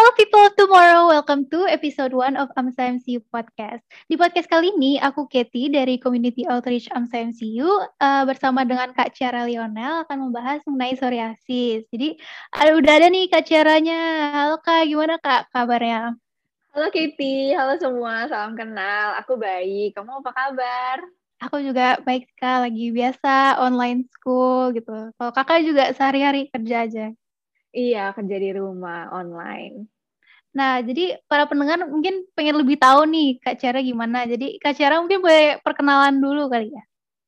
people of tomorrow, welcome to episode 1 of AMSA MCU Podcast. Di podcast kali ini, aku Katie dari Community Outreach AMSA MCU bersama dengan Kak Ciara Lionel akan membahas mengenai psoriasis. Jadi, udah ada nih Kak Ciaranya. Halo Kak, gimana Kak kabarnya? Halo Kitty, halo semua, salam kenal. Aku baik, kamu apa kabar? Aku juga baik Kak, lagi biasa online school gitu. Kalau Kakak juga sehari-hari kerja aja. Iya, kerja di rumah, online. Nah, jadi para pendengar mungkin pengen lebih tahu nih Kak Ciara gimana. Jadi Kak Ciara mungkin boleh perkenalan dulu kali ya.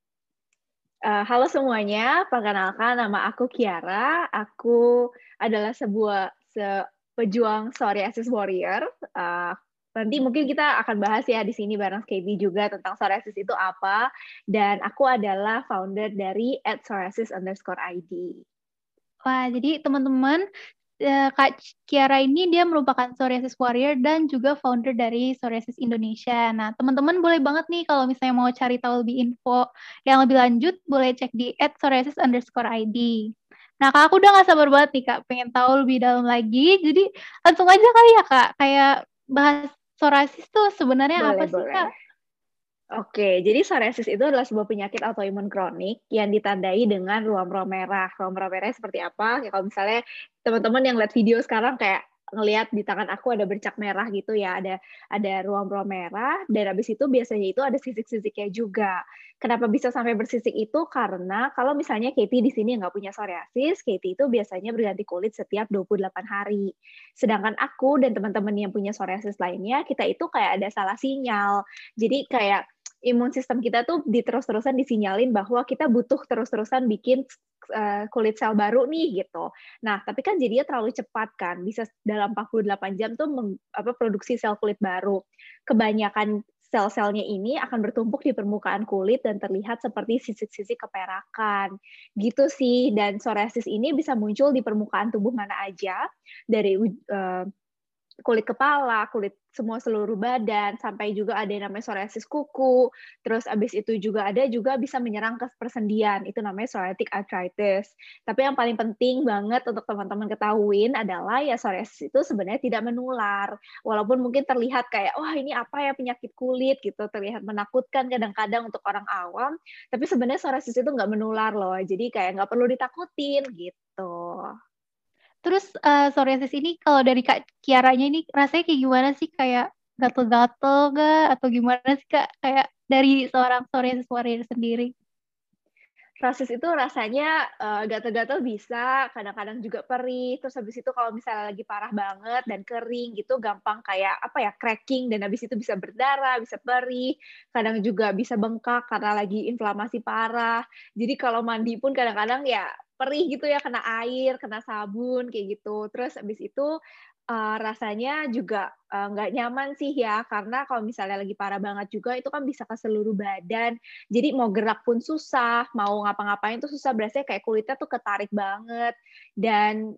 Halo semuanya, perkenalkan nama aku Kiara. Aku adalah pejuang psoriasis warrior. Nanti mungkin kita akan bahas ya di sini bareng Katie juga tentang psoriasis itu apa. Dan aku adalah founder dari @psoriasis_id. Wah, jadi teman-teman, Kak Kiara ini dia merupakan psoriasis warrior dan juga founder dari Psoriasis Indonesia. Nah, teman-teman boleh banget nih kalau misalnya mau cari tahu lebih info yang lebih lanjut, boleh cek di @psoriasis_id. Nah, Kak, aku udah gak sabar banget nih, Kak, pengen tahu lebih dalam lagi. Jadi, langsung aja kali ya, Kak, kayak bahas psoriasis tuh sebenarnya apa Boleh, sih, boleh. Kak? Oke, jadi psoriasis itu adalah sebuah penyakit autoimun kronik yang ditandai dengan ruam-ruam merah. Ruam-ruam merah seperti apa? Ya, kalau misalnya teman-teman yang lihat video sekarang kayak ngelihat di tangan aku ada bercak merah gitu ya, ada ruam-ruam merah dan habis itu biasanya itu ada sisik-sisiknya juga. Kenapa bisa sampai bersisik itu? Karena kalau misalnya Katie di sini nggak punya psoriasis, Katie itu biasanya berganti kulit setiap 28 hari. Sedangkan aku dan teman-teman yang punya psoriasis lainnya, kita itu kayak ada salah sinyal. Jadi kayak imun sistem kita tuh terus-terusan disinyalin bahwa kita butuh terus-terusan bikin kulit sel baru nih gitu. Nah, tapi kan jadinya terlalu cepat kan. Bisa dalam 48 jam tuh produksi sel kulit baru. Kebanyakan sel-selnya ini akan bertumpuk di permukaan kulit dan terlihat seperti sisik-sisik keperakan. Gitu sih. Dan psoriasis ini bisa muncul di permukaan tubuh mana aja, dari kulit kepala, kulit semua seluruh badan, sampai juga ada yang namanya psoriasis kuku, terus abis itu juga ada juga bisa menyerang ke persendian, itu namanya psoriatic arthritis. Tapi yang paling penting banget untuk teman-teman ketahuin adalah ya psoriasis itu sebenarnya tidak menular. Walaupun mungkin terlihat kayak, wah ini apa ya penyakit kulit gitu, terlihat menakutkan kadang-kadang untuk orang awam, tapi sebenarnya psoriasis itu nggak menular loh, jadi kayak nggak perlu ditakutin gitu. Terus psoriasis ini kalau dari Kak Kiaranya ini rasanya kayak gimana sih? Kayak gatel-gatel gak? Atau gimana sih Kak? Kayak dari seorang psoriasis warrior sendiri. Psoriasis itu rasanya gatal-gatal bisa, kadang-kadang juga perih. Terus habis itu kalau misalnya lagi parah banget dan kering gitu, gampang kayak apa ya cracking dan habis itu bisa berdarah, bisa perih. Kadang juga bisa bengkak karena lagi inflamasi parah. Jadi kalau mandi pun kadang-kadang ya perih gitu ya, kena air, kena sabun kayak gitu. Terus habis itu rasanya juga nggak nyaman sih ya, karena kalau misalnya lagi parah banget juga itu kan bisa ke seluruh badan. Jadi mau gerak pun susah, mau ngapa-ngapain tuh susah, berasa kayak kulitnya tuh ketarik banget. Dan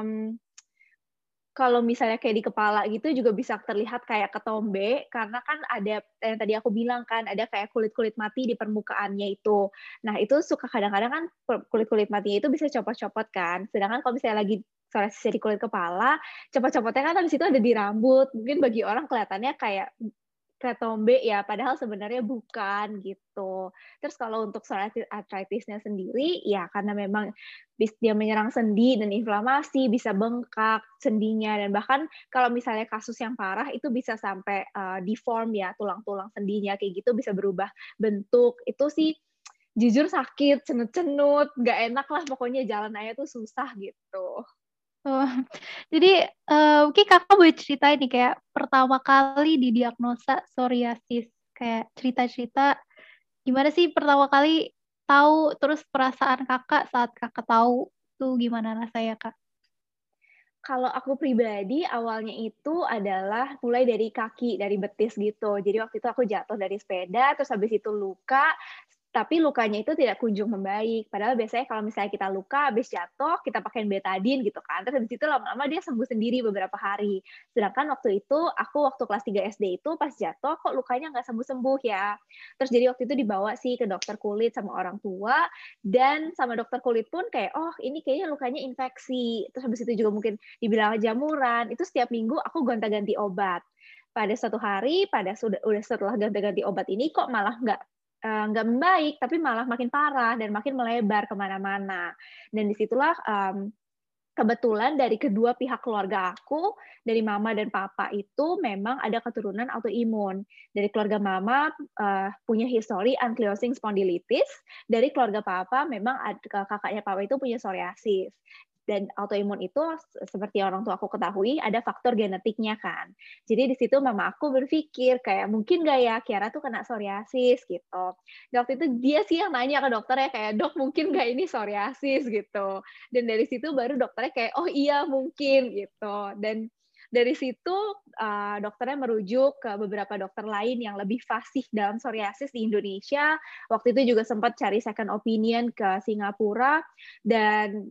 kalau misalnya kayak di kepala gitu juga bisa terlihat kayak ketombe, karena kan ada yang tadi aku bilang kan, ada kayak kulit-kulit mati di permukaannya itu. Nah, itu suka kadang-kadang kan kulit-kulit matinya itu bisa copot-copot kan. Sedangkan kalau misalnya lagi psoriasis di kulit kepala, copot-copotnya kan habis itu ada di rambut. Mungkin bagi orang kelihatannya kayak ketombe ya, padahal sebenarnya bukan gitu. Terus kalau untuk psoriasis arthritis-nya sendiri, ya karena memang dia menyerang sendi dan inflamasi, bisa bengkak sendinya, dan bahkan kalau misalnya kasus yang parah itu bisa sampai deform ya, tulang-tulang sendinya kayak gitu bisa berubah bentuk. Itu sih jujur sakit, cenut-cenut, nggak enak lah pokoknya, jalan aja tuh susah gitu. Oh, jadi mungkin kakak boleh cerita ini kayak pertama kali didiagnosa psoriasis. Kayak cerita-cerita gimana sih pertama kali tahu, terus perasaan kakak saat kakak tahu tuh gimana rasanya Kak? Kalau aku pribadi awalnya itu adalah mulai dari kaki, dari betis gitu. Jadi waktu itu aku jatuh dari sepeda, terus habis itu luka, tapi lukanya itu tidak kunjung membaik. Padahal biasanya kalau misalnya kita luka, habis jatuh, kita pakai betadine gitu kan. Terus habis itu lama-lama dia sembuh sendiri beberapa hari. Sedangkan waktu itu, aku waktu kelas 3 SD itu pas jatuh, kok lukanya nggak sembuh-sembuh ya. Terus jadi waktu itu dibawa sih ke dokter kulit sama orang tua, dan sama dokter kulit pun kayak, oh ini kayaknya lukanya infeksi. Terus habis itu juga mungkin dibilang jamuran, itu setiap minggu aku gonta-ganti obat. Pada suatu hari, udah setelah ganti-ganti obat ini, kok malah nggak membaik, tapi malah makin parah dan makin melebar kemana-mana. Dan disitulah kebetulan dari kedua pihak keluarga aku, dari mama dan papa itu memang ada keturunan autoimun. Dari keluarga mama punya histori ankylosing spondylitis, dari keluarga papa memang kakaknya papa itu punya psoriasis. Dan autoimun itu seperti orang tua aku ketahui ada faktor genetiknya kan. Jadi di situ mama aku berpikir kayak mungkin nggak ya Kiara tuh kena psoriasis gitu. Dan waktu itu dia sih yang nanya ke dokter ya kayak dok mungkin nggak ini psoriasis gitu. Dan dari situ baru dokternya kayak oh iya mungkin gitu. Dan dari situ dokternya merujuk ke beberapa dokter lain yang lebih fasih dalam psoriasis di Indonesia. Waktu itu juga sempat cari second opinion ke Singapura dan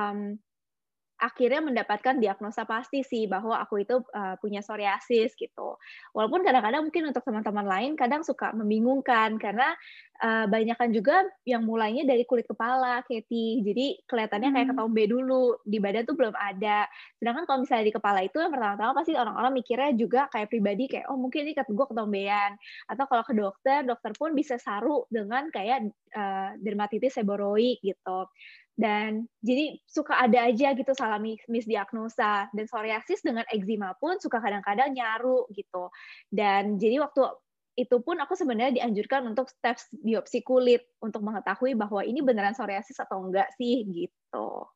akhirnya mendapatkan diagnosa pasti sih bahwa aku itu punya psoriasis gitu. Walaupun kadang-kadang mungkin untuk teman-teman lain kadang suka membingungkan karena banyakan juga yang mulainya dari kulit kepala, Katie. Jadi kelihatannya kayak ketombe dulu, di badan tuh belum ada. Sedangkan kalau misalnya di kepala itu yang pertama-tama pasti orang-orang mikirnya juga kayak pribadi kayak oh mungkin ini gue ketombean. Atau kalau ke dokter, dokter pun bisa saru dengan kayak dermatitis seboroik gitu. Dan jadi suka ada aja gitu salah misdiagnosa. Dan psoriasis dengan eczema pun suka kadang-kadang nyaru gitu. Dan jadi waktu itu pun aku sebenarnya dianjurkan untuk tes biopsi kulit untuk mengetahui bahwa ini beneran psoriasis atau enggak sih gitu.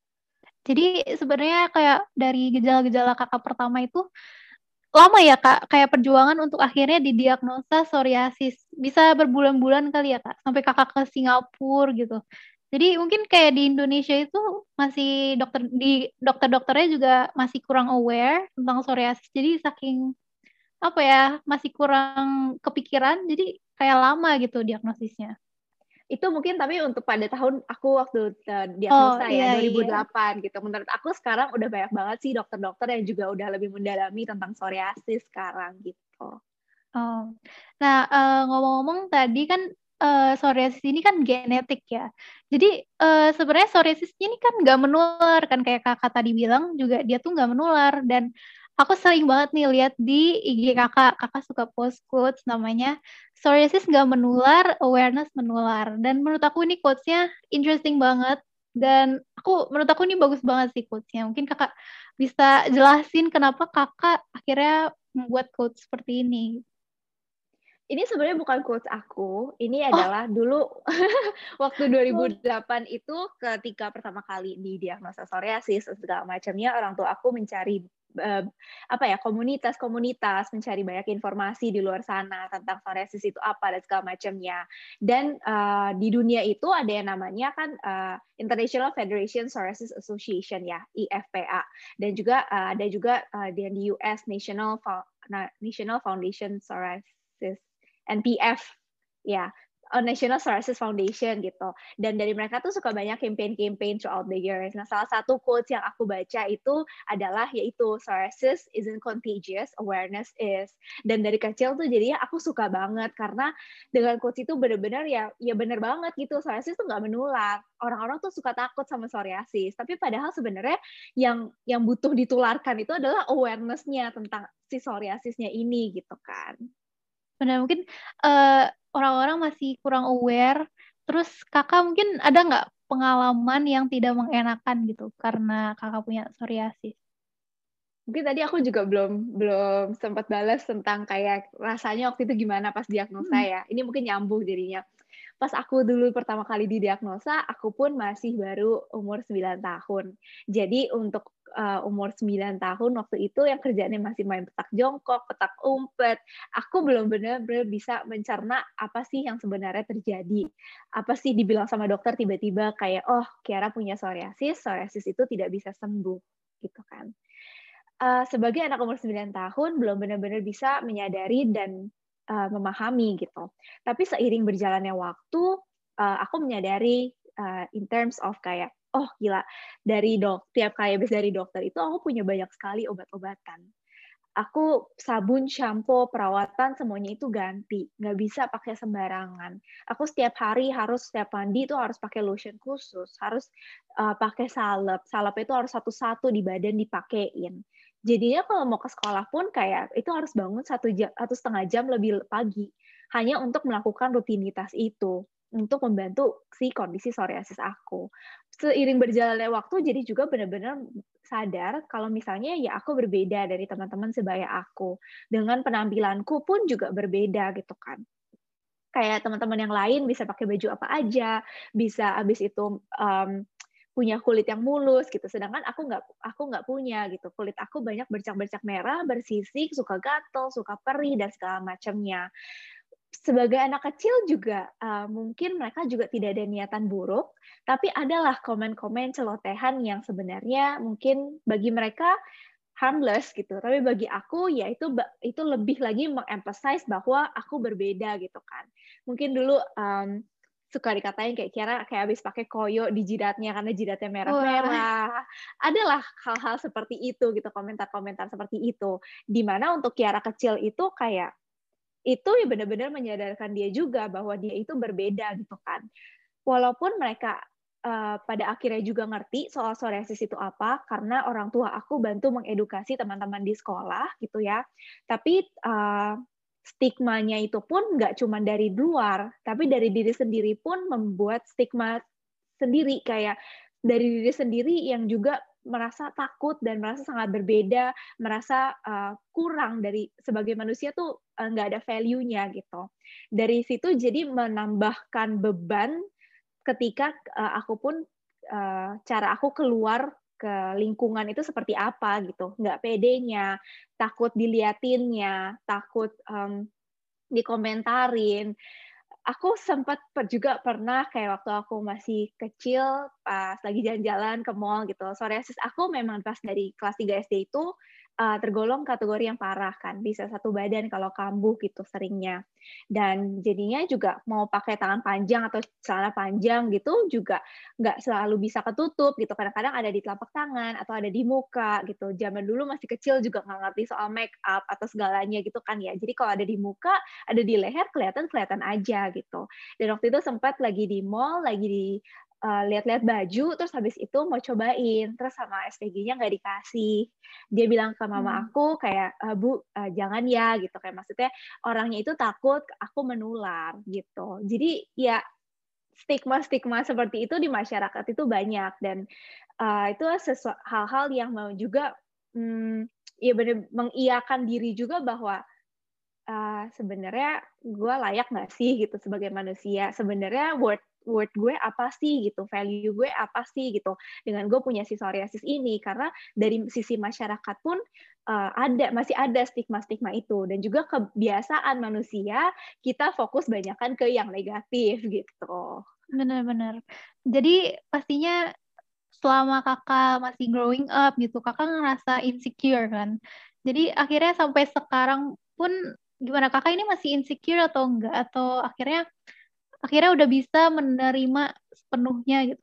Jadi sebenarnya kayak dari gejala-gejala kakak pertama itu lama ya kak, kayak perjuangan untuk akhirnya didiagnosa psoriasis. Bisa berbulan-bulan kali ya kak, sampai kakak ke Singapura gitu. Jadi mungkin kayak di Indonesia itu masih dokter-dokternya juga masih kurang aware tentang psoriasis. Jadi saking apa ya, masih kurang kepikiran, jadi kayak lama gitu diagnosisnya. Itu mungkin tapi untuk pada tahun aku waktu Oh diagnosa ya iya iya. 2008 gitu. Menurut aku sekarang udah banyak banget sih dokter-dokter yang juga udah lebih mendalami tentang psoriasis sekarang gitu. Oh. Nah, ngomong-ngomong tadi kan psoriasis ini kan genetik ya. Jadi sebenarnya psoriasis ini kan nggak menular kan kayak kakak tadi bilang juga dia tuh nggak menular dan aku sering banget nih lihat di IG kakak, kakak suka post quotes namanya psoriasis nggak menular, awareness menular. Dan menurut aku ini quotes-nya interesting banget dan menurut aku ini bagus banget sih quotes-nya. Mungkin kakak bisa jelasin kenapa kakak akhirnya membuat quotes seperti ini. Ini sebenarnya bukan quotes aku, ini Oh, adalah dulu waktu oh, 2008 itu ketika pertama kali didiagnosa psoriasis segala macamnya, orang tua aku mencari apa ya komunitas-komunitas, mencari banyak informasi di luar sana tentang psoriasis itu apa dan segala macamnya. Dan di dunia itu ada yang namanya kan International Federation Psoriasis Association ya, IFPA. Dan juga ada juga di US National Foundation Psoriasis NPF ya, National Psoriasis Foundation gitu. Dan dari mereka tuh suka banyak campaign-campaign throughout the years. Nah, salah satu quotes yang aku baca itu adalah yaitu psoriasis isn't contagious, awareness is. Dan dari kecil tuh jadinya aku suka banget karena dengan quotes itu benar-benar ya benar banget gitu. Psoriasis tuh nggak menular. Orang-orang tuh suka takut sama psoriasis, tapi padahal sebenarnya yang butuh ditularkan itu adalah awareness-nya tentang si psoriasisnya ini gitu kan. benar mungkin eh, orang-orang masih kurang aware. Terus kakak mungkin ada nggak pengalaman yang tidak mengenakan gitu karena kakak punya psoriasis? Mungkin tadi aku juga belum belum sempat balas tentang kayak rasanya waktu itu gimana pas diagnosa Hmm. ya. Ini mungkin nyambung jadinya. Pas aku dulu pertama kali didiagnosa, aku pun masih baru umur 9 tahun. Jadi untuk umur 9 tahun waktu itu yang kerjaannya masih main petak jongkok, petak umpet, aku belum benar-benar bisa mencerna apa sih yang sebenarnya terjadi. Apa sih dibilang sama dokter tiba-tiba kayak, oh Kiara punya psoriasis itu tidak bisa sembuh gitu kan. Sebagai anak umur 9 tahun belum benar-benar bisa menyadari dan memahami gitu. Tapi seiring berjalannya waktu, aku menyadari in terms of kayak, oh gila, tiap kali habis dari dokter itu aku punya banyak sekali obat-obatan. Aku sabun, shampoo, perawatan semuanya itu ganti, nggak bisa pakai sembarangan. Aku setiap hari harus setiap mandi itu harus pakai lotion khusus, harus pakai salep. Salep itu harus satu-satu di badan dipakein. Jadinya kalau mau ke sekolah pun kayak itu harus bangun 1,5 jam lebih pagi hanya untuk melakukan rutinitas itu untuk membantu si kondisi psoriasis aku. Seiring berjalannya waktu jadi juga benar-benar sadar kalau misalnya ya aku berbeda dari teman-teman sebaya aku. Dengan penampilanku pun juga berbeda gitu kan. Kayak teman-teman yang lain bisa pakai baju apa aja, bisa abis itu punya kulit yang mulus gitu. Sedangkan aku nggak punya gitu. Kulit aku banyak bercak-bercak merah, bersisik, suka gatel, suka perih dan segala macamnya. Sebagai anak kecil juga mungkin mereka juga tidak ada niatan buruk, tapi adalah komen-komen celotehan yang sebenarnya mungkin bagi mereka harmless gitu, tapi bagi aku ya itu lebih lagi meng-emphasize bahwa aku berbeda gitu kan. Mungkin dulu suka dikatain kayak Kiara kayak habis pakai koyo di jidatnya karena jidatnya Wah, merah-merah. Adalah hal-hal seperti itu gitu, komentar-komentar seperti itu. Di mana untuk Kiara kecil itu kayak itu ya benar-benar menyadarkan dia juga bahwa dia itu berbeda gitu kan. Walaupun mereka pada akhirnya juga ngerti soal psoriasis itu apa, karena orang tua aku bantu mengedukasi teman-teman di sekolah gitu ya. Tapi stigmanya itu pun nggak cuma dari luar, tapi dari diri sendiri pun membuat stigma sendiri, kayak dari diri sendiri yang juga merasa takut dan merasa sangat berbeda, merasa kurang dari sebagai manusia tuh nggak ada value-nya gitu. Dari situ jadi menambahkan beban ketika aku pun cara aku keluar ke lingkungan itu seperti apa gitu, nggak pedenya, takut diliatinnya, takut dikomentarin. Aku sempat juga pernah kayak waktu aku masih kecil, pas lagi jalan-jalan ke mall gitu, psoriasis aku memang pas dari kelas 3 SD itu, tergolong kategori yang parah kan, bisa satu badan kalau kambuh gitu seringnya. Dan jadinya juga mau pakai tangan panjang atau celana panjang gitu juga nggak selalu bisa ketutup gitu, kadang-kadang ada di telapak tangan atau ada di muka gitu. Zaman dulu masih kecil juga nggak ngerti soal make up atau segalanya gitu kan ya. Jadi kalau ada di muka, ada di leher kelihatan aja gitu. Dan waktu itu sempat lagi di mall, lagi di lihat-lihat baju, terus habis itu mau cobain, terus sama SPG-nya nggak dikasih. Dia bilang ke mama hmm, aku kayak, Bu, jangan ya, gitu. Kayak maksudnya orangnya itu takut aku menular, gitu. Jadi ya stigma-stigma seperti itu di masyarakat itu banyak, dan itu hal-hal yang mau juga, ya benar mengiyakan diri juga bahwa sebenarnya gue layak nggak sih gitu sebagai manusia? Sebenarnya worth worth gue apa sih gitu? Value gue apa sih gitu? Dengan gue punya si psoriasis ini, karena dari sisi masyarakat pun masih ada stigma-stigma itu, dan juga kebiasaan manusia kita fokus banyakkan ke yang negatif gitu. benar-benar. Jadi pastinya selama kakak masih growing up gitu, kakak ngerasa insecure kan. Jadi akhirnya sampai sekarang pun gimana kakak ini masih insecure atau enggak? Atau akhirnya akhirnya udah bisa menerima sepenuhnya gitu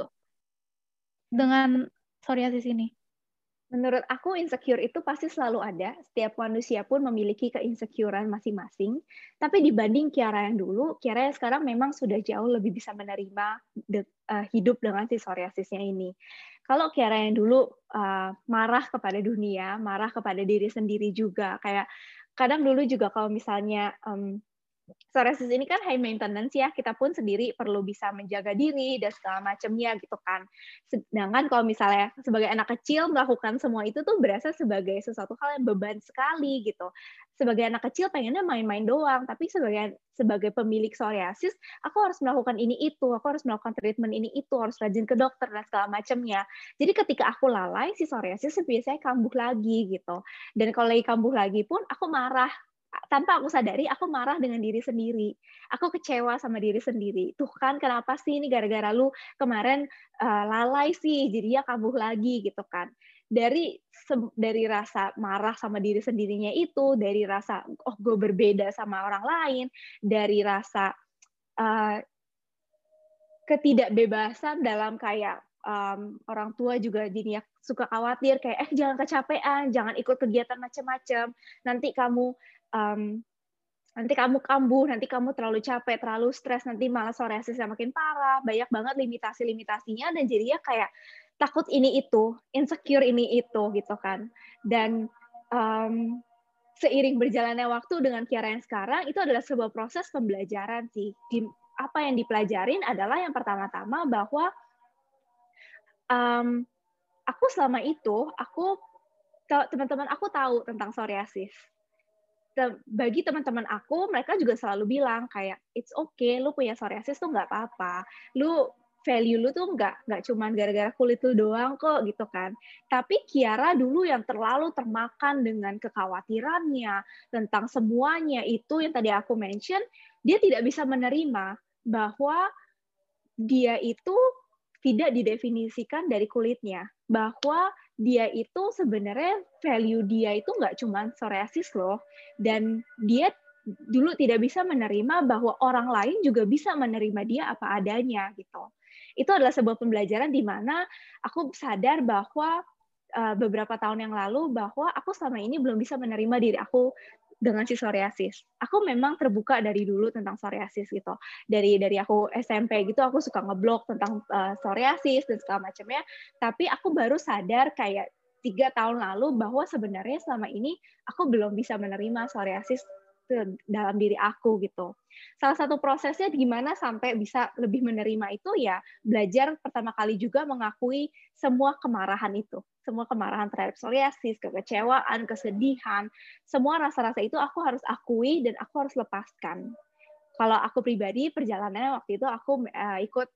dengan psoriasis ini? Menurut aku insecure itu pasti selalu ada. Setiap manusia pun memiliki keinsecurean masing-masing. Tapi dibanding Kiara yang dulu, Kiara yang sekarang memang sudah jauh lebih bisa menerima hidup dengan si psoriasisnya ini. Kalau Kiara yang dulu marah kepada dunia, marah kepada diri sendiri juga. Kayak kadang dulu juga kalau misalnya psoriasis ini kan high maintenance ya, kita pun sendiri perlu bisa menjaga diri dan segala macamnya gitu kan. Sedangkan kalau misalnya sebagai anak kecil melakukan semua itu tuh berasa sebagai sesuatu hal yang beban sekali gitu. Sebagai anak kecil pengennya main-main doang, tapi sebagai pemilik psoriasis, aku harus melakukan ini itu, aku harus melakukan treatment ini itu, harus rajin ke dokter dan segala macamnya. Jadi ketika aku lalai, si psoriasis biasanya kambuh lagi gitu. Dan kalau lagi kambuh lagi pun aku marah, tanpa aku sadari aku marah dengan diri sendiri. Aku kecewa sama diri sendiri. Tuh kan kenapa sih ini gara-gara lu kemarin lalai sih, jadinya kambuh lagi gitu kan. dari rasa marah sama diri sendirinya itu, dari rasa oh gue berbeda sama orang lain, dari rasa ketidakbebasan dalam kayak orang tua juga jadinya suka khawatir kayak jangan kecapean, jangan ikut kegiatan macam-macam, nanti kamu kambuh, nanti kamu terlalu capek, terlalu stres, nanti malah psoriasisnya makin parah, banyak banget limitasi-limitasinya dan jadinya kayak takut ini itu, insecure ini itu gitu kan. Dan seiring berjalannya waktu dengan Kiara yang sekarang itu adalah sebuah proses pembelajaran sih. Apa yang dipelajarin adalah yang pertama-tama bahwa aku selama itu teman-teman aku tahu tentang psoriasis. Bagi teman-teman aku, mereka juga selalu bilang kayak it's okay, lu punya psoriasis tuh nggak apa-apa. Value lu tuh nggak cuman gara-gara kulit lu doang kok gitu kan. Tapi Kiara dulu yang terlalu termakan dengan kekhawatirannya tentang semuanya itu yang tadi aku mention, dia tidak bisa menerima bahwa dia itu tidak didefinisikan dari kulitnya, bahwa dia itu sebenarnya value dia itu nggak cuma psoriasis loh, dan dia dulu tidak bisa menerima bahwa orang lain juga bisa menerima dia apa adanya gitu. Itu adalah sebuah pembelajaran di mana aku sadar bahwa beberapa tahun yang lalu bahwa aku selama ini belum bisa menerima diri aku dengan si psoriasis. Aku memang terbuka dari dulu tentang psoriasis gitu. Dari aku SMP gitu aku suka ngeblog tentang psoriasis dan segala macamnya. Tapi aku baru sadar kayak 3 tahun lalu bahwa sebenarnya selama ini aku belum bisa menerima psoriasis dalam diri aku gitu. Salah satu prosesnya gimana sampai bisa lebih menerima itu ya belajar pertama kali juga mengakui semua kemarahan itu. Semua kemarahan terhadap psoriasis, kekecewaan, kesedihan, semua rasa-rasa itu aku harus akui dan aku harus lepaskan. Kalau aku pribadi, perjalanannya waktu itu aku ikut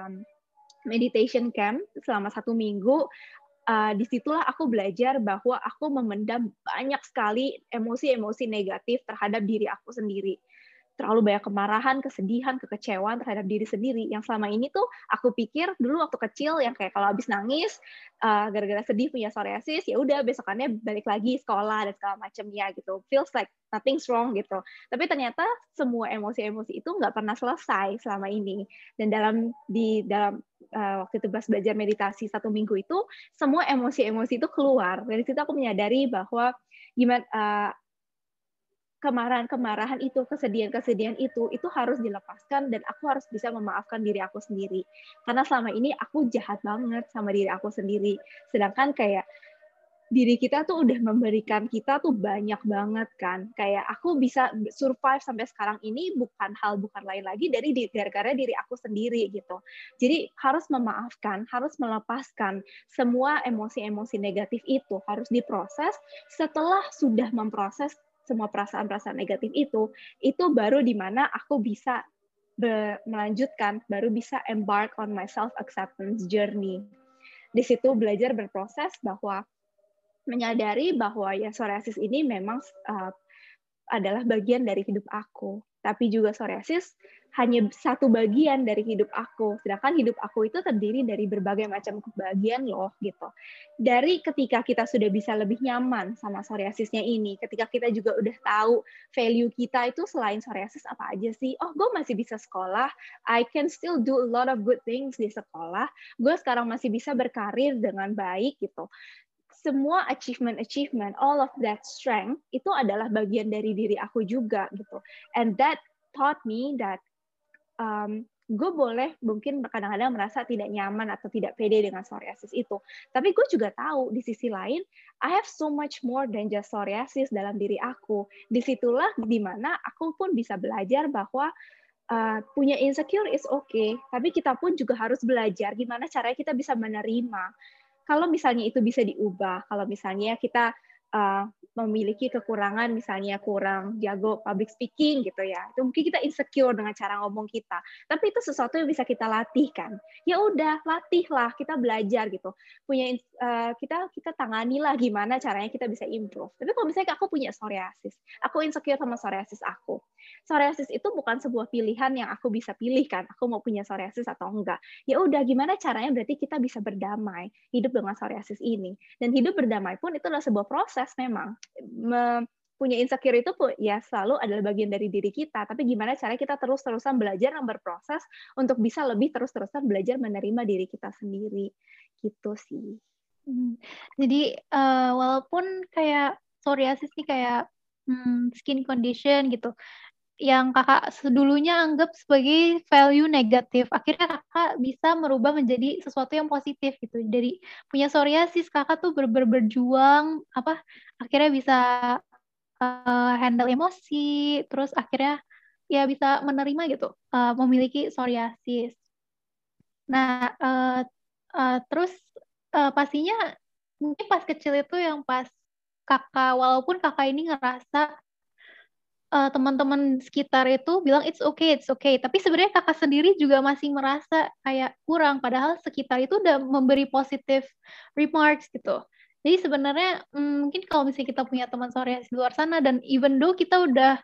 meditation camp selama 1 minggu. Disitulah aku belajar bahwa aku memendam banyak sekali emosi-emosi negatif terhadap diri aku sendiri. Terlalu banyak kemarahan, kesedihan, kekecewaan terhadap diri sendiri. Yang selama ini tuh aku pikir dulu waktu kecil yang kayak kalau habis nangis gara-gara sedih punya psoriasis, ya udah besokannya balik lagi sekolah dan segala macamnya gitu. Feels like nothing's wrong gitu. Tapi ternyata semua emosi-emosi itu nggak pernah selesai selama ini. Dan dalam waktu itu pas belajar meditasi 1 minggu itu, semua emosi-emosi itu keluar. Dari situ aku menyadari bahwa gimana kemarahan-kemarahan itu, kesedihan-kesedihan itu harus dilepaskan dan aku harus bisa memaafkan diri aku sendiri. Karena selama ini aku jahat banget sama diri aku sendiri. Sedangkan kayak diri kita tuh udah memberikan kita tuh banyak banget kan. Kayak aku bisa survive sampai sekarang ini bukan lain lagi dari gara-gara diri aku sendiri gitu. Jadi harus memaafkan, harus melepaskan semua emosi-emosi negatif itu, harus diproses. Setelah sudah memproses semua perasaan-perasaan negatif itu baru di mana aku bisa melanjutkan, baru bisa embark on my self-acceptance journey. Di situ belajar berproses bahwa menyadari bahwa ya psoriasis ini memang adalah bagian dari hidup aku. Tapi juga psoriasis hanya satu bagian dari hidup aku. Sedangkan hidup aku itu terdiri dari berbagai macam bagian loh gitu. Dari ketika kita sudah bisa lebih nyaman sama psoriasisnya ini, ketika kita juga udah tahu value kita itu selain psoriasis apa aja sih? Oh, gue masih bisa sekolah. I can still do a lot of good things di sekolah. Gue sekarang masih bisa berkarir dengan baik gitu. Semua achievement, all of that strength itu adalah bagian dari diri aku juga gitu. And that taught me that gue boleh mungkin kadang-kadang merasa tidak nyaman atau tidak pede dengan psoriasis itu. Tapi gue juga tahu di sisi lain, I have so much more than just psoriasis dalam diri aku. Disitulah dimana aku pun bisa belajar bahwa punya insecure is okay, tapi kita pun juga harus belajar gimana caranya kita bisa menerima. Kalau misalnya itu bisa diubah, kalau misalnya kita memiliki kekurangan, misalnya kurang jago public speaking gitu ya. Itu mungkin kita insecure dengan cara ngomong kita. Tapi itu sesuatu yang bisa kita latih kan. Ya udah, latihlah, kita belajar gitu. Kita tanganilah gimana caranya kita bisa improve. Tapi kalau misalnya aku punya psoriasis, aku insecure sama psoriasis aku. Psoriasis itu bukan sebuah pilihan yang aku bisa pilih kan. Aku mau punya psoriasis atau enggak. Ya udah, gimana caranya berarti kita bisa berdamai hidup dengan psoriasis ini. Dan hidup berdamai pun itu adalah sebuah proses memang. Punya insecure itu ya selalu adalah bagian dari diri kita, tapi gimana caranya kita terus-terusan belajar dan berproses untuk bisa lebih terus-terusan belajar menerima diri kita sendiri, gitu sih. Jadi walaupun kayak psoriasis nih kayak skin condition gitu, yang kakak dulunya anggap sebagai value negatif, akhirnya kakak bisa merubah menjadi sesuatu yang positif gitu. Dari punya psoriasis, kakak tuh berjuang akhirnya bisa handle emosi, terus akhirnya ya bisa menerima gitu, memiliki psoriasis. Nah, terus pastinya mungkin pas kecil itu yang pas kakak, walaupun kakak ini ngerasa teman-teman sekitar itu bilang it's okay, tapi sebenarnya kakak sendiri juga masih merasa kayak kurang, padahal sekitar itu udah memberi positive remarks gitu. Jadi sebenarnya mungkin kalau misalnya kita punya teman psoriasis di luar sana, dan even though kita udah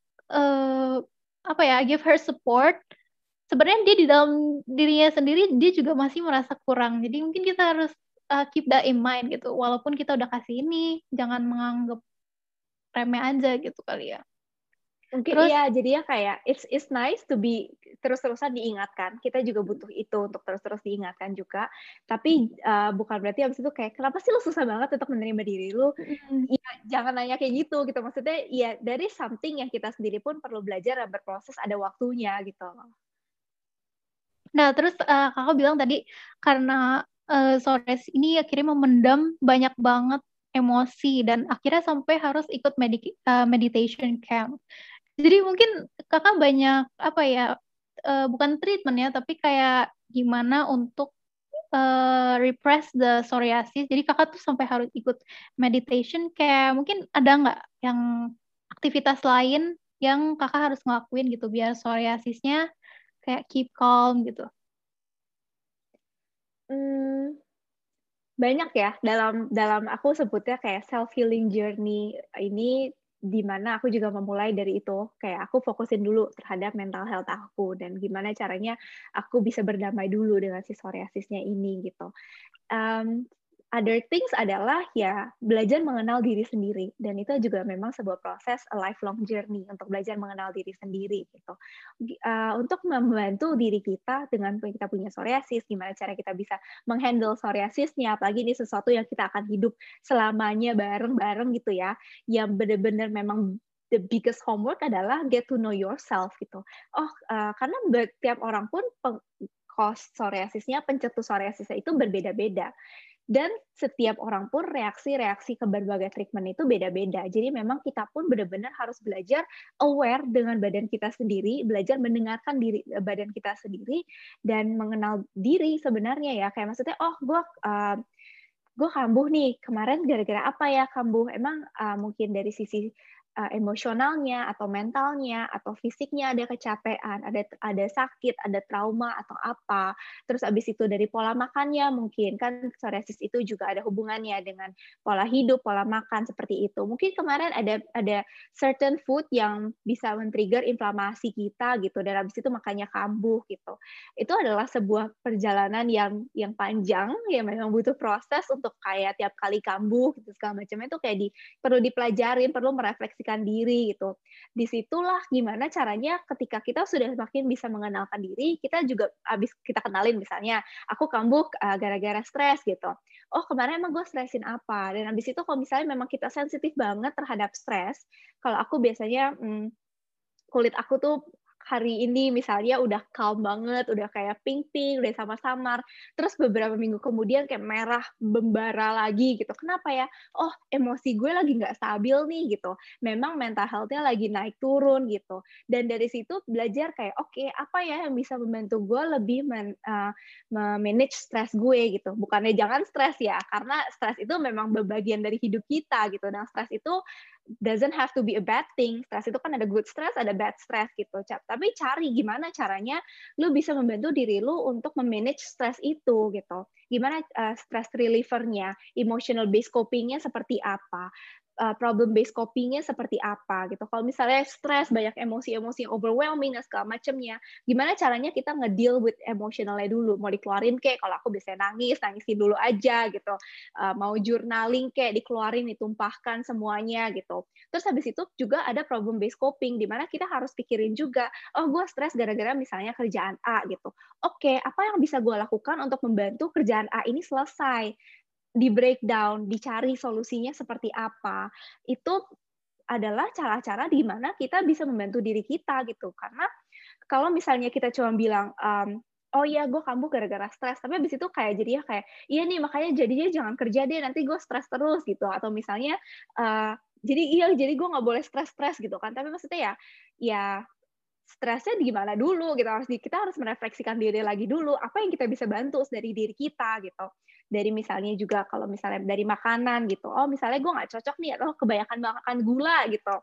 give her support, sebenarnya dia di dalam dirinya sendiri dia juga masih merasa kurang. Jadi mungkin kita harus keep that in mind gitu. Walaupun kita udah kasih ini, jangan menganggap remeh aja gitu kali ya. Mungkin Terus, iya, jadinya kayak it's nice to be terus-terusan diingatkan. Kita juga butuh itu untuk terus-terus diingatkan juga. Tapi bukan berarti abis itu kayak kenapa sih lu susah banget untuk menerima diri lu? Ya, jangan nanya kayak gitu. Maksudnya ya dari something yang kita sendiri pun perlu belajar dan berproses, ada waktunya gitu. nah terus kakak bilang tadi karena psoriasis ini akhirnya memendam banyak banget emosi dan akhirnya sampai harus ikut meditation camp. Jadi mungkin kakak banyak bukan treatment ya, tapi kayak gimana untuk repress the psoriasis. Jadi kakak tuh sampai harus ikut meditation camp. Mungkin ada nggak yang aktivitas lain yang kakak harus ngelakuin gitu biar psoriasisnya kayak keep calm gitu? Banyak ya, dalam aku sebutnya kayak self healing journey ini, di mana aku juga memulai dari itu, kayak aku fokusin dulu terhadap mental health aku dan gimana caranya aku bisa berdamai dulu dengan si psoriasisnya ini gitu. Other things adalah ya belajar mengenal diri sendiri, dan itu juga memang sebuah proses, a lifelong journey untuk belajar mengenal diri sendiri gitu. Untuk membantu diri kita dengan kita punya psoriasis, gimana cara kita bisa menghandle psoriasisnya, apalagi ini sesuatu yang kita akan hidup selamanya bareng-bareng gitu ya, yang benar-benar memang the biggest homework adalah get to know yourself gitu. Karena tiap orang pun psoriasisnya, pencetus psoriasisnya itu berbeda-beda. Dan setiap orang pun reaksi-reaksi ke berbagai treatment itu beda-beda. Jadi memang kita pun benar-benar harus belajar aware dengan badan kita sendiri, belajar mendengarkan badan kita sendiri, dan mengenal diri sebenarnya ya. Kayak maksudnya, gue kambuh nih, kemarin gara-gara apa ya kambuh? Emang mungkin dari sisi emosionalnya atau mentalnya atau fisiknya ada kecapean, ada sakit, ada trauma atau apa. Terus abis itu dari pola makannya mungkin kan psoriasis itu juga ada hubungannya dengan pola hidup, pola makan seperti itu. Mungkin kemarin ada certain food yang bisa men-trigger inflamasi kita gitu, dan abis itu makanya kambuh gitu. Itu adalah sebuah perjalanan yang panjang, yang memang butuh proses untuk kayak tiap kali kambuh gitu segala macamnya itu kayak perlu dipelajarin, perlu merefleksikan diri gitu. Disitulah gimana caranya ketika kita sudah semakin bisa mengenalkan diri, kita juga habis kita kenalin misalnya, aku kambuh gara-gara stres gitu. Oh kemarin emang gue stresin apa? Dan habis itu kalau misalnya memang kita sensitif banget terhadap stres, kalau aku biasanya kulit aku tuh hari ini misalnya udah calm banget, udah kayak pink-pink, udah samar-samar, terus beberapa minggu kemudian kayak merah membara lagi gitu. Kenapa ya? Oh, emosi gue lagi nggak stabil nih gitu. Memang mental health-nya lagi naik turun gitu. Dan dari situ belajar kayak, oke, apa ya yang bisa membantu gue lebih manage stres gue gitu. Bukannya jangan stres ya, karena stres itu memang bagian dari hidup kita gitu. Dan stres itu doesn't have to be a bad thing. Stress itu kan ada good stress, ada bad stress gitu. Tapi cari gimana caranya lu bisa membantu diri lu untuk memanage stress itu gitu. Gimana stress reliever-nya, emotional based coping-nya seperti apa, problem based coping-nya seperti apa gitu. Kalau misalnya stres, banyak emosi-emosi yang overwhelming dan segala macamnya, gimana caranya kita nge-deal with emotionalnya dulu. Mau dikeluarin kayak kalau aku biasanya nangisin dulu aja gitu. Mau journaling kayak dikeluarin, ditumpahkan semuanya gitu. Terus habis itu juga ada problem based coping, di mana kita harus pikirin juga, oh gue stres gara-gara misalnya kerjaan A gitu. Oke, apa yang bisa gue lakukan untuk membantu kerjaan A ini selesai? Di breakdown, dicari solusinya seperti apa. Itu adalah cara-cara di mana kita bisa membantu diri kita gitu. Karena kalau misalnya kita cuma bilang, oh iya gue kambuh gara-gara stres, tapi habis itu kayak jadinya kayak, iya nih makanya jadinya jangan kerja deh, nanti gue stres terus gitu. Atau misalnya, jadi gue nggak boleh stres-stres gitu kan. Tapi maksudnya ya stresnya di gimana dulu gitu, kita harus merefleksikan diri lagi dulu, apa yang kita bisa bantu dari diri kita gitu. Dari misalnya juga kalau misalnya dari makanan gitu, oh misalnya gue nggak cocok nih, atau kebanyakan makan gula gitu.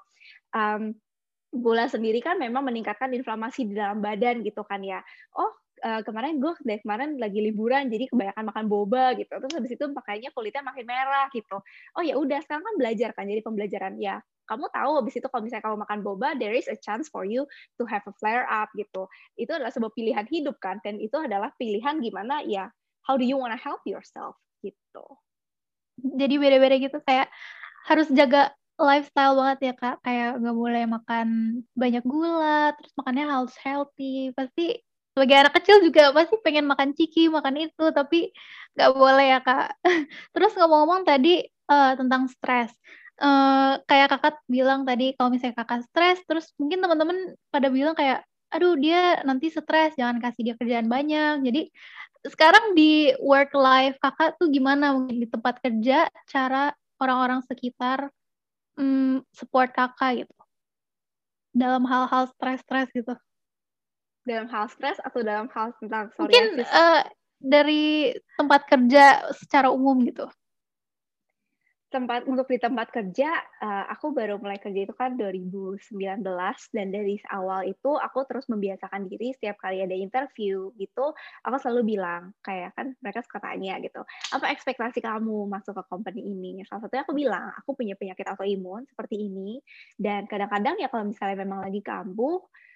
Gula sendiri kan memang meningkatkan inflamasi di dalam badan gitu kan ya. Oh, dari kemarin lagi liburan jadi kebanyakan makan boba gitu. Terus habis itu makanya kulitnya makin merah gitu. Oh ya udah, sekarang kan belajar kan, jadi pembelajaran ya. Kamu tahu habis itu kalau misalnya kamu makan boba, there is a chance for you to have a flare up gitu. Itu adalah sebuah pilihan hidup kan, dan itu adalah pilihan gimana ya, how do you wanna help yourself gitu. Jadi beda-beda gitu, kayak harus jaga lifestyle banget ya Kak, kayak nggak boleh makan banyak gula, terus makannya harus healthy. Pasti sebagai anak kecil juga pasti pengen makan ciki, makan itu, tapi nggak boleh ya Kak. Terus ngomong-ngomong tadi tentang stres, kayak Kakak bilang tadi kalau misalnya Kakak stres, terus mungkin teman-teman pada bilang kayak, aduh dia nanti stres, jangan kasih dia kerjaan banyak. Jadi sekarang di work life Kakak tuh gimana mungkin di tempat kerja, cara orang-orang sekitar support Kakak gitu dalam hal-hal stres-stres gitu? Dalam hal stres atau dalam hal tentang Mungkin psoriasis? dari tempat kerja secara umum gitu. Untuk di tempat kerja, aku baru mulai kerja itu kan 2019, dan dari awal itu aku terus membiasakan diri setiap kali ada interview gitu, aku selalu bilang, kayak kan mereka suka tanya gitu, "Apa ekspektasi kamu masuk ke company ini?" Salah satunya aku bilang, "Aku punya penyakit autoimun seperti ini, dan kadang-kadang ya kalau misalnya memang lagi kambuh,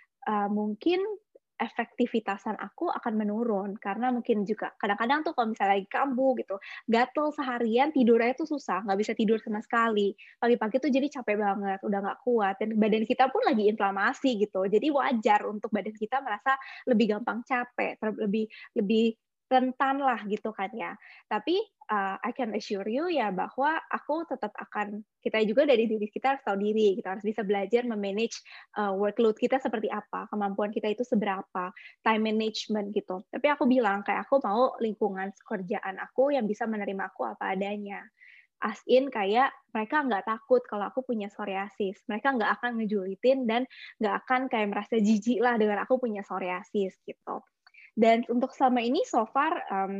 mungkin efektivitasan aku akan menurun, karena mungkin juga kadang-kadang tuh kalau misalnya lagi kambuh gitu, gatel seharian, tidurnya tuh susah, nggak bisa tidur sama sekali. Pagi-pagi tuh jadi capek banget, udah nggak kuat, dan badan kita pun lagi inflamasi gitu. Jadi wajar untuk badan kita merasa lebih gampang capek, lebih lebih rentan lah gitu kan ya. Tapi I can assure you ya bahwa aku tetap akan, kita juga dari diri kita harus tahu diri, kita harus bisa belajar memanage workload kita seperti apa, kemampuan kita itu seberapa, time management gitu. Tapi aku bilang kayak aku mau lingkungan kerjaan aku yang bisa menerima aku apa adanya. As in kayak mereka nggak takut kalau aku punya psoriasis. Mereka nggak akan ngejulitin dan nggak akan kayak merasa jijik lah dengan aku punya psoriasis gitu. Dan untuk selama ini so far,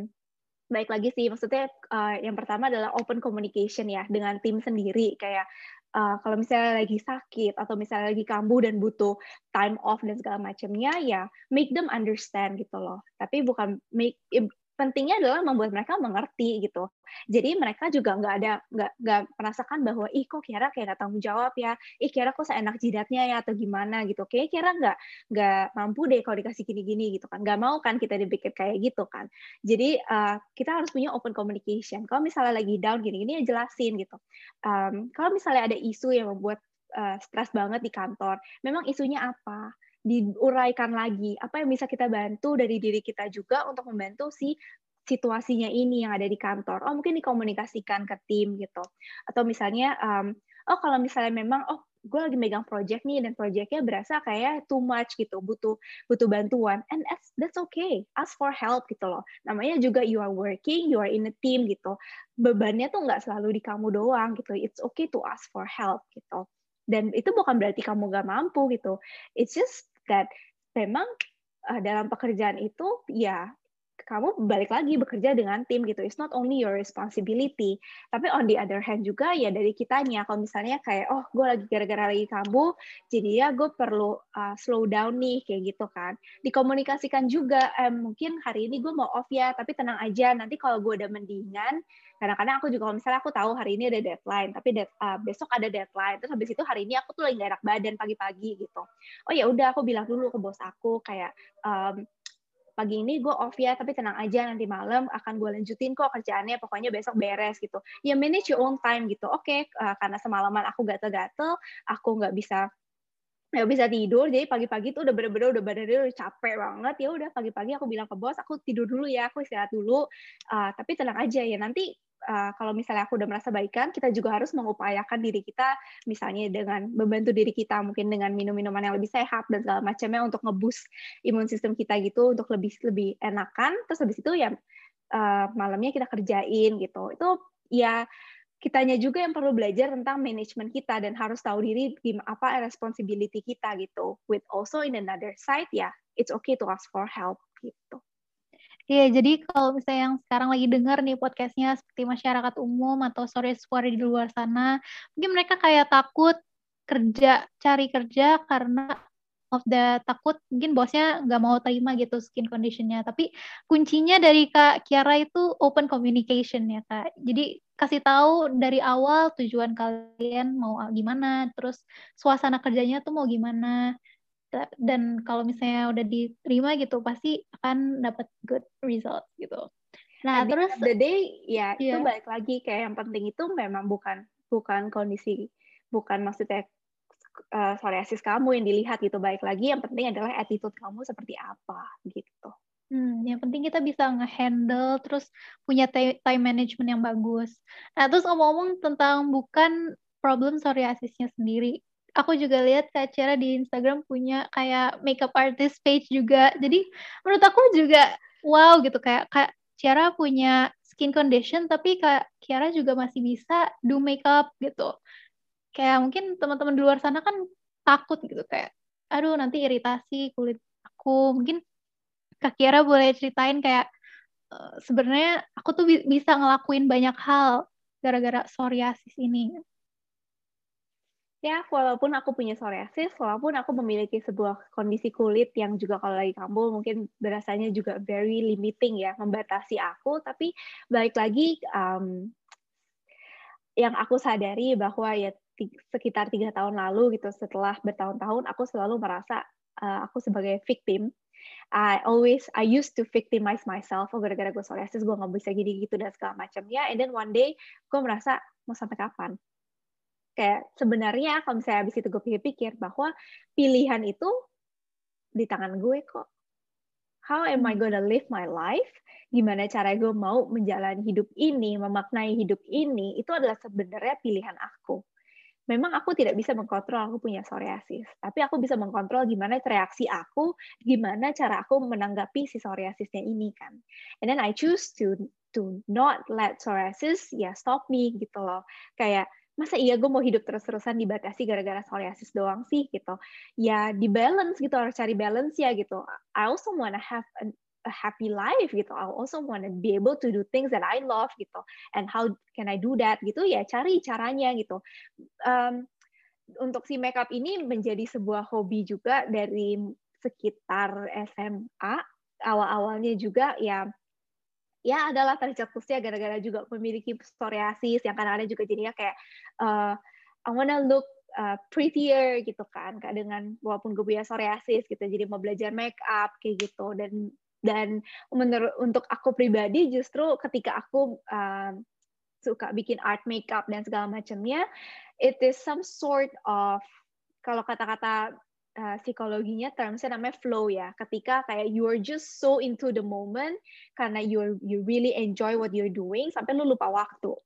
baik lagi sih, maksudnya yang pertama adalah open communication ya dengan tim sendiri, kayak kalau misalnya lagi sakit atau misalnya lagi kambuh dan butuh time off dan segala macamnya, ya make them understand gitu loh. Tapi bukan pentingnya adalah membuat mereka mengerti gitu. Jadi mereka juga nggak merasakan bahwa ih kok Kiara kayak nggak tanggung jawab ya, ih Kiara kok seenak jidatnya ya atau gimana gitu. Kayak Kiara nggak mampu deh kalau dikasih gini-gini gitu kan. Nggak mau kan kita dipikir kayak gitu kan. Jadi kita harus punya open communication. Kalau misalnya lagi down gini-gini ya jelasin gitu. Kalau misalnya ada isu yang membuat stres banget di kantor, memang isunya apa? Diuraikan lagi, apa yang bisa kita bantu dari diri kita juga untuk membantu si situasinya ini yang ada di kantor. Oh mungkin dikomunikasikan ke tim gitu. Atau misalnya, oh kalau misalnya memang, oh gue lagi megang project nih, dan projectnya berasa kayak too much gitu, butuh bantuan, and that's okay, ask for help gitu loh. Namanya juga you are working, you are in a team gitu. Bebannya tuh nggak selalu di kamu doang gitu. It's okay to ask for help gitu. Dan itu bukan berarti kamu nggak mampu gitu. It's just that memang dalam pekerjaan itu ya kamu balik lagi bekerja dengan tim gitu. It's not only your responsibility, tapi on the other hand juga ya dari kitanya. Kalau misalnya kayak, oh gue lagi gara-gara lagi kambuh, jadi ya gue perlu slow down nih, kayak gitu kan. Dikomunikasikan juga, mungkin hari ini gue mau off ya, tapi tenang aja, nanti kalau gue udah mendingan, kadang-kadang aku juga kalau misalnya aku tahu hari ini ada deadline, tapi besok ada deadline, terus habis itu hari ini aku tuh lagi gak enak badan pagi-pagi gitu. Oh ya udah, aku bilang dulu ke bos aku kayak, pagi ini gue off ya, tapi tenang aja, nanti malam akan gue lanjutin kok kerjaannya, pokoknya besok beres gitu. Ya manage your own time gitu. Oke, karena semalaman aku gatel-gatel, aku nggak bisa tidur, jadi pagi-pagi tuh udah bener-bener udah badannya udah capek banget, ya udah pagi-pagi aku bilang ke bos, aku tidur dulu ya, aku istirahat dulu, tapi tenang aja ya, nanti kalau misalnya aku udah merasa baikan, kita juga harus mengupayakan diri kita, misalnya dengan membantu diri kita, mungkin dengan minum-minuman yang lebih sehat dan segala macamnya untuk nge-boost imun sistem kita gitu, untuk lebih enakan, terus habis itu ya malamnya kita kerjain gitu. Itu ya kitanya juga yang perlu belajar tentang manajemen kita dan harus tahu diri apa responsibility kita gitu. With also in another side ya, it's okay to ask for help gitu. Iya, jadi kalau misalnya yang sekarang lagi dengar nih podcastnya seperti masyarakat umum atau sore-sore di luar sana, mungkin mereka kayak takut cari kerja karena of the takut mungkin bosnya nggak mau terima gitu skin conditionnya. Tapi kuncinya dari Kak Kiara itu open communication ya Kak. Jadi kasih tahu dari awal tujuan kalian mau gimana, terus suasana kerjanya tuh mau gimana. Dan kalau misalnya udah diterima gitu pasti akan dapat good result gitu. Nah, At the end terus of the day ya itu ya, balik lagi kayak yang penting itu memang bukan kondisi, bukan maksudnya psoriasis kamu yang dilihat gitu, balik lagi yang penting adalah attitude kamu seperti apa gitu. yang penting kita bisa nge-handle terus punya time management yang bagus. Nah, terus ngomong-ngomong tentang bukan problem psoriasisnya sendiri. Aku juga lihat Kak Ciara di Instagram punya kayak makeup artist page juga. Jadi menurut aku juga wow gitu kayak Kak Ciara punya skin condition tapi Kak Ciara juga masih bisa do makeup gitu. Kayak mungkin teman-teman di luar sana kan takut gitu kayak aduh nanti iritasi kulit aku. Mungkin Kak Kiara boleh ceritain kayak sebenarnya aku tuh bisa ngelakuin banyak hal gara-gara psoriasis ini. Ya, walaupun aku punya psoriasis, walaupun aku memiliki sebuah kondisi kulit yang juga kalau lagi kambuh mungkin berasanya juga very limiting ya, membatasi aku, tapi balik lagi yang aku sadari bahwa ya sekitar 3 tahun lalu gitu, setelah bertahun-tahun aku selalu merasa aku sebagai victim. I used to victimize myself, oh gara-gara gue psoriasis gue nggak bisa gini gitu dan segala macamnya, and then one day gue merasa mau sampai kapan? Kayak sebenarnya kalau misalnya habis itu gue pikir-pikir bahwa pilihan itu di tangan gue kok. How am I gonna live my life? Gimana cara gue mau menjalani hidup ini, memaknai hidup ini, itu adalah sebenarnya pilihan aku. Memang aku tidak bisa mengkontrol aku punya psoriasis, tapi aku bisa mengkontrol gimana reaksi aku, gimana cara aku menanggapi si psoriasisnya ini kan. And then I choose to not let psoriasis ya stop me gitu loh. Kayak masa iya gue mau hidup terus-terusan dibatasi gara-gara psoriasis doang sih gitu. Ya di balance gitu, harus cari balance ya gitu. I also wanna have a happy life gitu. I also wanna be able to do things that I love gitu. And how can I do that gitu ya, cari caranya gitu. Untuk si makeup ini menjadi sebuah hobi juga dari sekitar SMA. Awal-awalnya juga ya adalah tercetusnya gara-gara juga memiliki psoriasis yang kadang-kadang juga jadinya kayak I wanna look prettier gitu kan, dengan walaupun gue punya psoriasis gitu, jadi mau belajar make up kayak gitu. Dan untuk aku pribadi justru ketika aku suka bikin art makeup dan segala macamnya, it is some sort of, kalau kata-kata psikologinya termsnya namanya flow ya. Ketika kayak you are just so into the moment karena you really enjoy what you're doing sampai lu lupa waktu.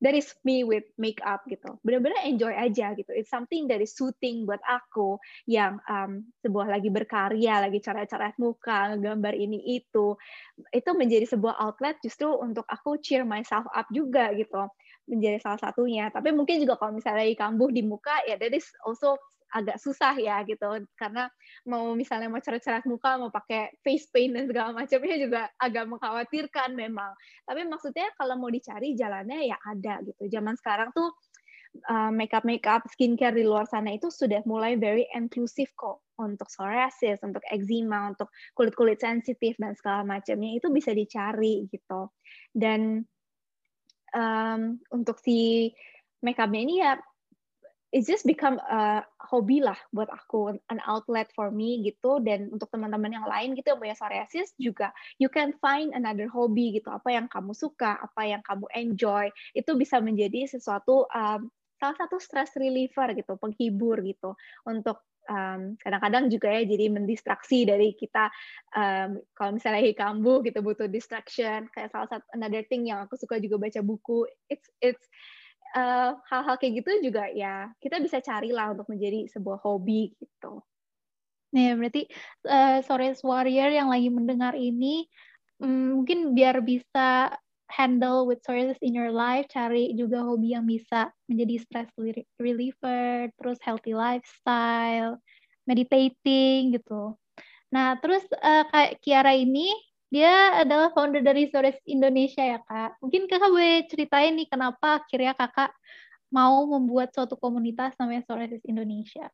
that is me with makeup gitu. Benar-benar enjoy aja gitu. It's something that is soothing buat aku yang sebuah lagi berkarya, lagi coret-coret muka, gambar ini itu menjadi sebuah outlet justru untuk aku cheer myself up juga gitu. Menjadi salah satunya. Tapi mungkin juga kalau misalnya kambuh di muka ya that is also agak susah ya gitu karena misalnya mau coret-coret muka mau pakai face paint dan segala macamnya juga agak mengkhawatirkan memang. Tapi maksudnya kalau mau dicari jalannya ya ada gitu. Zaman sekarang tuh makeup skincare di luar sana itu sudah mulai very inclusive kok untuk psoriasis, untuk eczema, untuk kulit-kulit sensitif dan segala macamnya itu bisa dicari gitu. Dan untuk si makeupnya ini ya it's just become a hobi lah buat aku, an outlet for me gitu. Dan untuk teman-teman yang lain gitu yang punya psoriasis juga, you can find another hobby gitu. Apa yang kamu suka, apa yang kamu enjoy, itu bisa menjadi sesuatu salah satu stress reliever gitu, penghibur gitu. Untuk kadang-kadang juga ya jadi mendistraksi dari kita kalau misalnya kambuh gitu butuh distraction. Kayak salah satu another thing yang aku suka juga baca buku. It's hal-hal kayak gitu juga ya kita bisa carilah untuk menjadi sebuah hobi gitu. Nih, berarti Psoriasis Warrior yang lagi mendengar ini mungkin biar bisa handle with psoriasis in your life, cari juga hobi yang bisa menjadi stress reliever, terus healthy lifestyle, meditating gitu. Nah, terus Kak Kiara ini dia adalah founder dari Psoriasis Indonesia ya, Kak. Mungkin Kakak boleh ceritain nih kenapa akhirnya Kakak mau membuat suatu komunitas namanya Psoriasis Indonesia.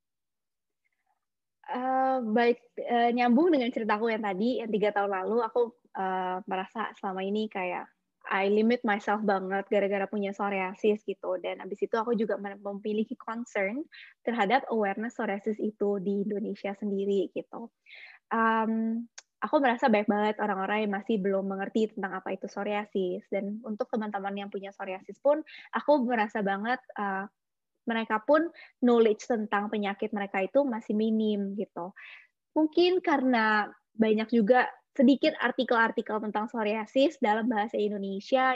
Baik, nyambung dengan ceritaku yang tadi, yang 3 tahun lalu aku merasa selama ini kayak I limit myself banget gara-gara punya psoriasis gitu. Dan habis itu aku juga memiliki concern terhadap awareness psoriasis itu di Indonesia sendiri gitu. Aku merasa banyak banget orang-orang yang masih belum mengerti tentang apa itu psoriasis. Dan untuk teman-teman yang punya psoriasis pun, aku merasa banget mereka pun knowledge tentang penyakit mereka itu masih minim gitu. Mungkin karena banyak juga sedikit artikel-artikel tentang psoriasis dalam bahasa Indonesia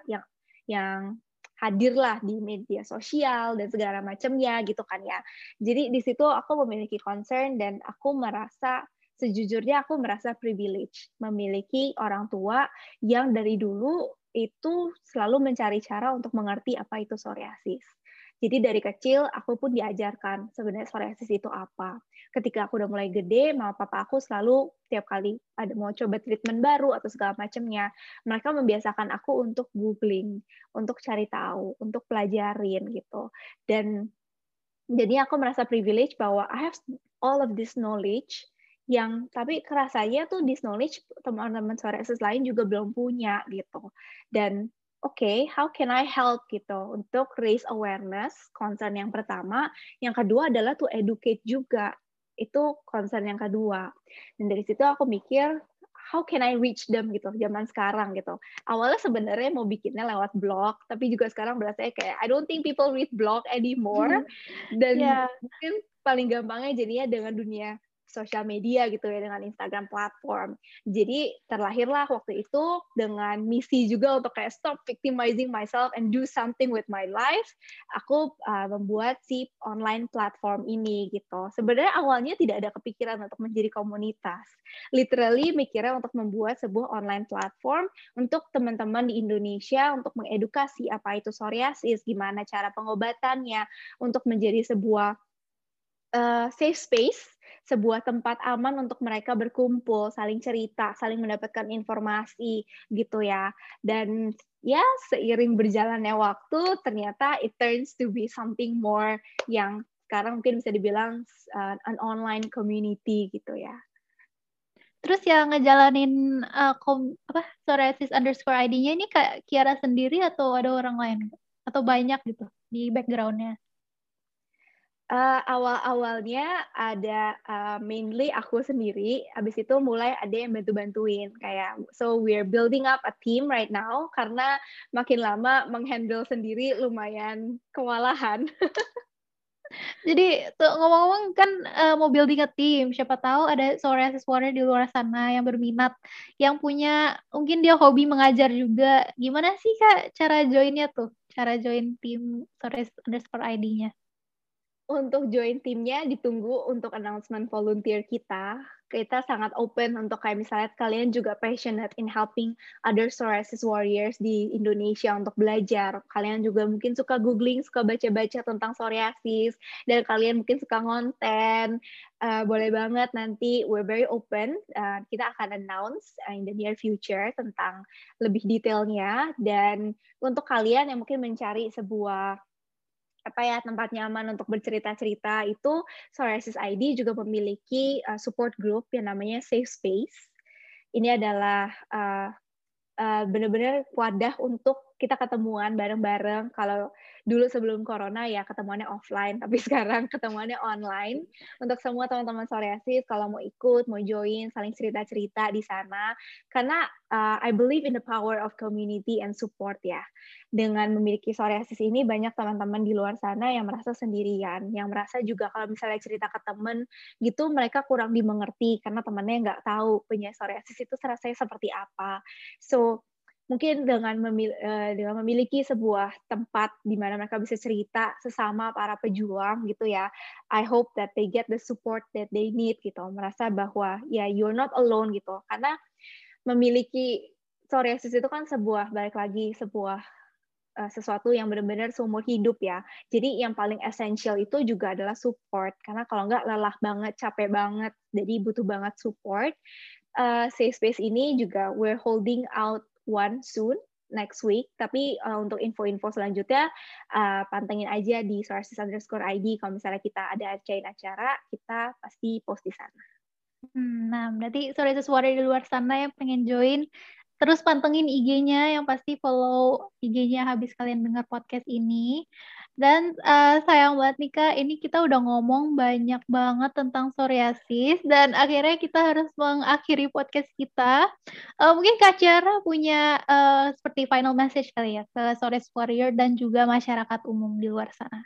yang hadirlah di media sosial dan segala macamnya gitu kan ya. Jadi di situ aku memiliki concern dan aku merasa sejujurnya aku merasa privilege memiliki orang tua yang dari dulu itu selalu mencari cara untuk mengerti apa itu psoriasis. Jadi dari kecil aku pun diajarkan sebenarnya psoriasis itu apa. Ketika aku udah mulai gede, mama papa aku selalu tiap kali ada mau coba treatment baru atau segala macamnya, mereka membiasakan aku untuk googling, untuk cari tahu, untuk pelajarin gitu. Dan jadi aku merasa privilege bahwa I have all of this knowledge yang tapi kerasanya tuh this knowledge teman-teman psoriasis lain juga belum punya gitu. Dan okay, how can I help gitu untuk raise awareness, concern yang pertama. Yang kedua adalah to educate juga. Itu concern yang kedua. Dan dari situ aku mikir, how can I reach them gitu, zaman sekarang gitu. Awalnya sebenarnya mau bikinnya lewat blog, tapi juga sekarang berasa kayak, I don't think people read blog anymore. Dan mungkin paling gampangnya jadinya dengan dunia sosial media gitu ya, dengan Instagram platform. Jadi terlahirlah waktu itu dengan misi juga untuk kayak stop victimizing myself and do something with my life. Aku membuat si online platform ini gitu. Sebenarnya awalnya tidak ada kepikiran untuk menjadi komunitas. Literally mikirnya untuk membuat sebuah online platform untuk teman-teman di Indonesia untuk mengedukasi apa itu psoriasis, gimana cara pengobatannya, untuk menjadi sebuah safe space, sebuah tempat aman untuk mereka berkumpul, saling cerita, saling mendapatkan informasi gitu ya. Dan ya seiring berjalannya waktu, ternyata it turns to be something more yang sekarang mungkin bisa dibilang an online community gitu ya. Terus yang ngejalanin psoriasis_ID-nya ini Kak Kiara sendiri atau ada orang lain? Atau banyak gitu di background-nya? Awal-awalnya ada mainly aku sendiri, habis itu mulai ada yang bantu-bantuin kayak so we're building up a team right now karena makin lama menghandle sendiri lumayan kewalahan. Jadi tuh ngomong-ngomong kan mau building a team, siapa tahu ada psoriasis warrior di luar sana yang berminat, yang punya mungkin dia hobi mengajar juga. Gimana sih Kak cara joinnya tuh? cara join tim psoriasis_id-nya? Untuk join timnya ditunggu untuk announcement volunteer kita. Kita sangat open untuk kayak misalnya kalian juga passionate in helping other psoriasis warriors di Indonesia untuk belajar. Kalian juga mungkin suka googling, suka baca-baca tentang psoriasis, dan kalian mungkin suka ngonten. Boleh banget nanti, we're very open. Kita akan announce in the near future tentang lebih detailnya. Dan untuk kalian yang mungkin mencari sebuah tempat nyaman untuk bercerita-cerita, itu Psoriasis ID juga memiliki support group yang namanya Safe Space. Ini adalah benar-benar wadah untuk kita ketemuan bareng-bareng. Kalau dulu sebelum corona ya ketemuannya offline, tapi sekarang ketemuannya online. Untuk semua teman-teman psoriasis, kalau mau ikut, mau join, saling cerita-cerita di sana. Karena I believe in the power of community and support ya. Dengan memiliki psoriasis ini, banyak teman-teman di luar sana yang merasa sendirian, yang merasa juga kalau misalnya cerita ke teman, gitu mereka kurang dimengerti, karena temannya nggak tahu punya psoriasis itu rasanya seperti apa. So, mungkin dengan memiliki sebuah tempat di mana mereka bisa cerita sesama para pejuang gitu ya, I hope that they get the support that they need gitu, merasa bahwa ya you're not alone gitu, karena memiliki psoriasis itu kan balik lagi sebuah sesuatu yang benar-benar seumur hidup ya. Jadi yang paling esensial itu juga adalah support, karena kalau nggak lelah banget, capek banget, jadi butuh banget support. Safe Space ini juga we're holding out one soon next week, tapi untuk info-info selanjutnya pantengin aja di psoriasis_id. Kalau misalnya kita ada acara, kita pasti post di sana. Nah, berarti psoriasis warrior di luar sana yang pengen join, terus pantengin IG-nya, yang pasti follow IG-nya habis kalian dengar podcast ini. Dan sayang banget nih Kak, ini kita udah ngomong banyak banget tentang psoriasis, dan akhirnya kita harus mengakhiri podcast kita. Mungkin Kak Ciara punya seperti final message kali ya ke psoriasis warrior dan juga masyarakat umum di luar sana.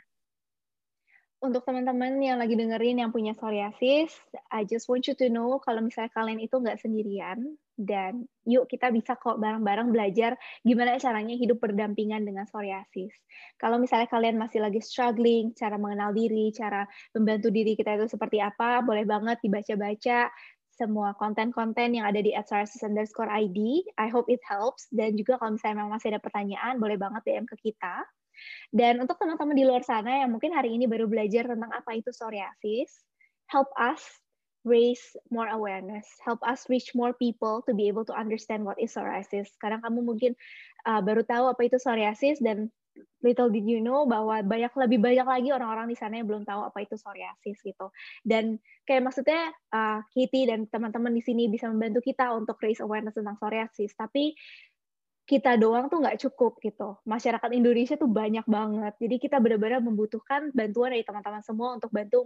Untuk teman-teman yang lagi dengerin yang punya psoriasis, I just want you to know kalau misalnya kalian itu nggak sendirian, dan yuk kita bisa kok bareng-bareng belajar gimana caranya hidup berdampingan dengan psoriasis. Kalau misalnya kalian masih lagi struggling, cara mengenal diri, cara membantu diri kita itu seperti apa, boleh banget dibaca-baca semua konten-konten yang ada di @psoriasis_id. I hope it helps. Dan juga kalau misalnya memang masih ada pertanyaan, boleh banget DM ke kita. Dan untuk teman-teman di luar sana yang mungkin hari ini baru belajar tentang apa itu psoriasis, help us raise more awareness, help us reach more people to be able to understand what is psoriasis. Sekarang kamu mungkin baru tahu apa itu psoriasis, dan little did you know bahwa lebih banyak lagi orang-orang di sana yang belum tahu apa itu psoriasis gitu. Dan kayak maksudnya Kitty dan teman-teman di sini bisa membantu kita untuk raise awareness tentang psoriasis, tapi kita doang tuh nggak cukup gitu. Masyarakat Indonesia tuh banyak banget. Jadi kita benar-benar membutuhkan bantuan dari teman-teman semua untuk bantu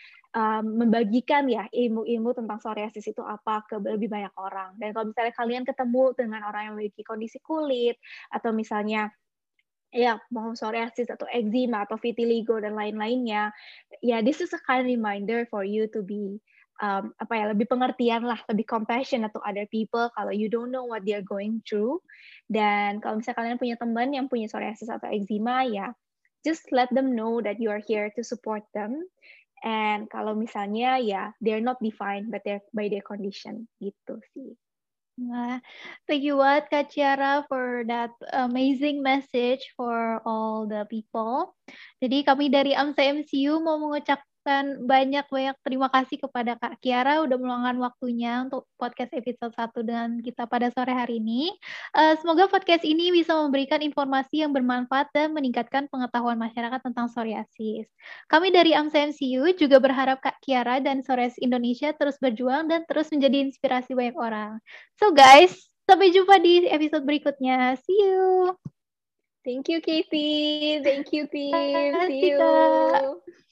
membagikan ya ilmu-ilmu tentang psoriasis itu apa ke lebih banyak orang. Dan kalau misalnya kalian ketemu dengan orang yang memiliki kondisi kulit, atau misalnya ya mau psoriasis atau eczema atau vitiligo dan lain-lainnya, ya this is a kind reminder for you to be lebih pengertian lah, lebih compassionate to other people kalau you don't know what they are going through. Dan kalau misalnya kalian punya teman yang punya psoriasis atau eczema, ya just let them know that you are here to support them. And kalau misalnya ya they're not defined by their condition gitu sih. Nah, thank you banget Kak Ciara for that amazing message for all the people. Jadi kami dari AMSA MCU mau mengucapkan banyak-banyak terima kasih kepada Kak Ciara udah meluangkan waktunya untuk podcast episode 1 dengan kita pada sore hari ini. Semoga podcast ini bisa memberikan informasi yang bermanfaat dan meningkatkan pengetahuan masyarakat tentang psoriasis. Kami dari AMSA MCU juga berharap Kak Ciara dan Psoriasis Indonesia terus berjuang dan terus menjadi inspirasi banyak orang. So guys, sampai jumpa di episode berikutnya. See you. Thank you, Katie. Thank you, team. See Kasih, you. Kak.